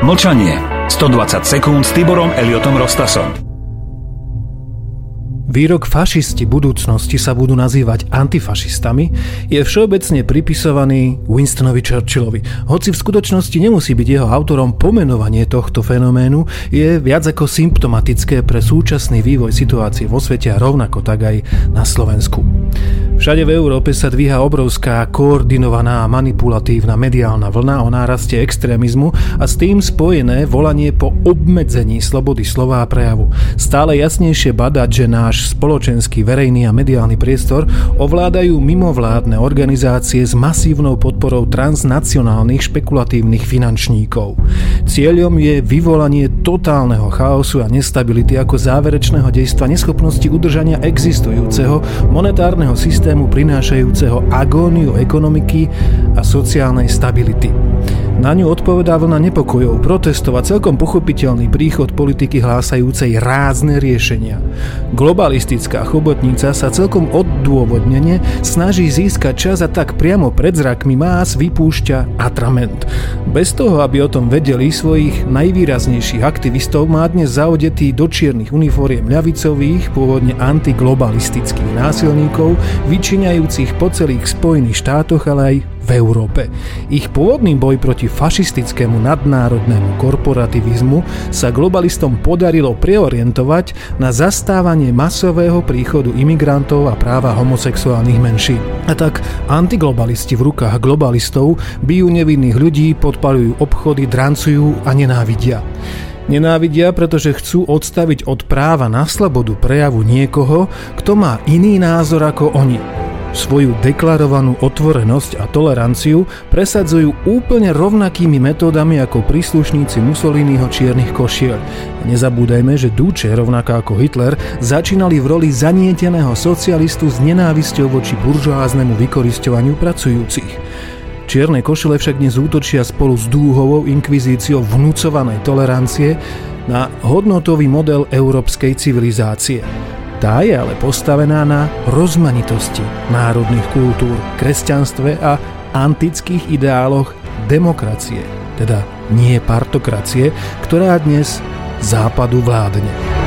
Mlčanie. 120 sekúnd s Tiborom Eliotom Rostasom. Výrok fašisti budúcnosti sa budú nazývať antifašistami je všeobecne pripisovaný Winstonovi Churchillovi. Hoci v skutočnosti nemusí byť jeho autorom, pomenovanie tohto fenoménu je viac ako symptomatické pre súčasný vývoj situácie vo svete a rovnako tak aj na Slovensku. Všade v Európe sa dvíha obrovská koordinovaná a manipulatívna mediálna vlna o náraste extrémizmu a s tým spojené volanie po obmedzení slobody slova a prejavu. Stále jasnejšie badať, že náš spoločenský, verejný a mediálny priestor ovládajú mimovládne organizácie s masívnou podporou transnacionálnych špekulatívnych finančníkov. Cieľom je vyvolanie totálneho chaosu a nestability ako záverečného dejstva neschopnosti udržania existujúceho monetárneho systému prinášajúceho agóniu ekonomiky a sociálnej stability. Na ňu odpovedá vlna nepokojov, protestov a celkom pochopiteľný príchod politiky hlásajúcej rázne riešenia. Globalistická chobotnica sa celkom odôvodnene snaží získať čas a tak priamo pred zrakmi más vypúšťa atrament. Bez toho, aby o tom vedeli, svojich najvýraznejších aktivistov má dnes zaodetý do čiernych uniforiem ľavicových, pôvodne antiglobalistických násilníkov, vyčiňajúcich po celých Spojených štátoch, ale aj v Európe. Ich pôvodný boj proti fašistickému nadnárodnému korporativizmu sa globalistom podarilo preorientovať na zastávanie masového príchodu imigrantov a práva homosexuálnych menšín. A tak antiglobalisti v rukách globalistov bijú nevinných ľudí, podpaľujú obchody, drancujú a nenávidia. Nenávidia, pretože chcú odstaviť od práva na slobodu prejavu niekoho, kto má iný názor ako oni. Svoju deklarovanú otvorenosť a toleranciu presadzujú úplne rovnakými metódami ako príslušníci Mussoliniho čiernych košiel. Nezabúdajme, že Duce, rovnako ako Hitler, začínali v roli zanieteného socialistu s nenávisťou voči buržoáznemu vykorisťovaniu pracujúcich. Čierne košele však dnes útočia spolu s dúhovou inkvizíciou vnúcovanej tolerancie na hodnotový model európskej civilizácie. Tá je ale postavená na rozmanitosti národných kultúr, kresťanstve a antických ideáloch demokracie, teda nie partokracie, ktorá dnes západu vládne.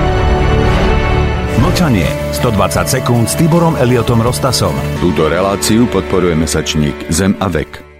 Mlčanie. 120 sekúnd s Tiborom Eliotom Rostasom. Túto reláciu podporuje mesačník Zem a vek.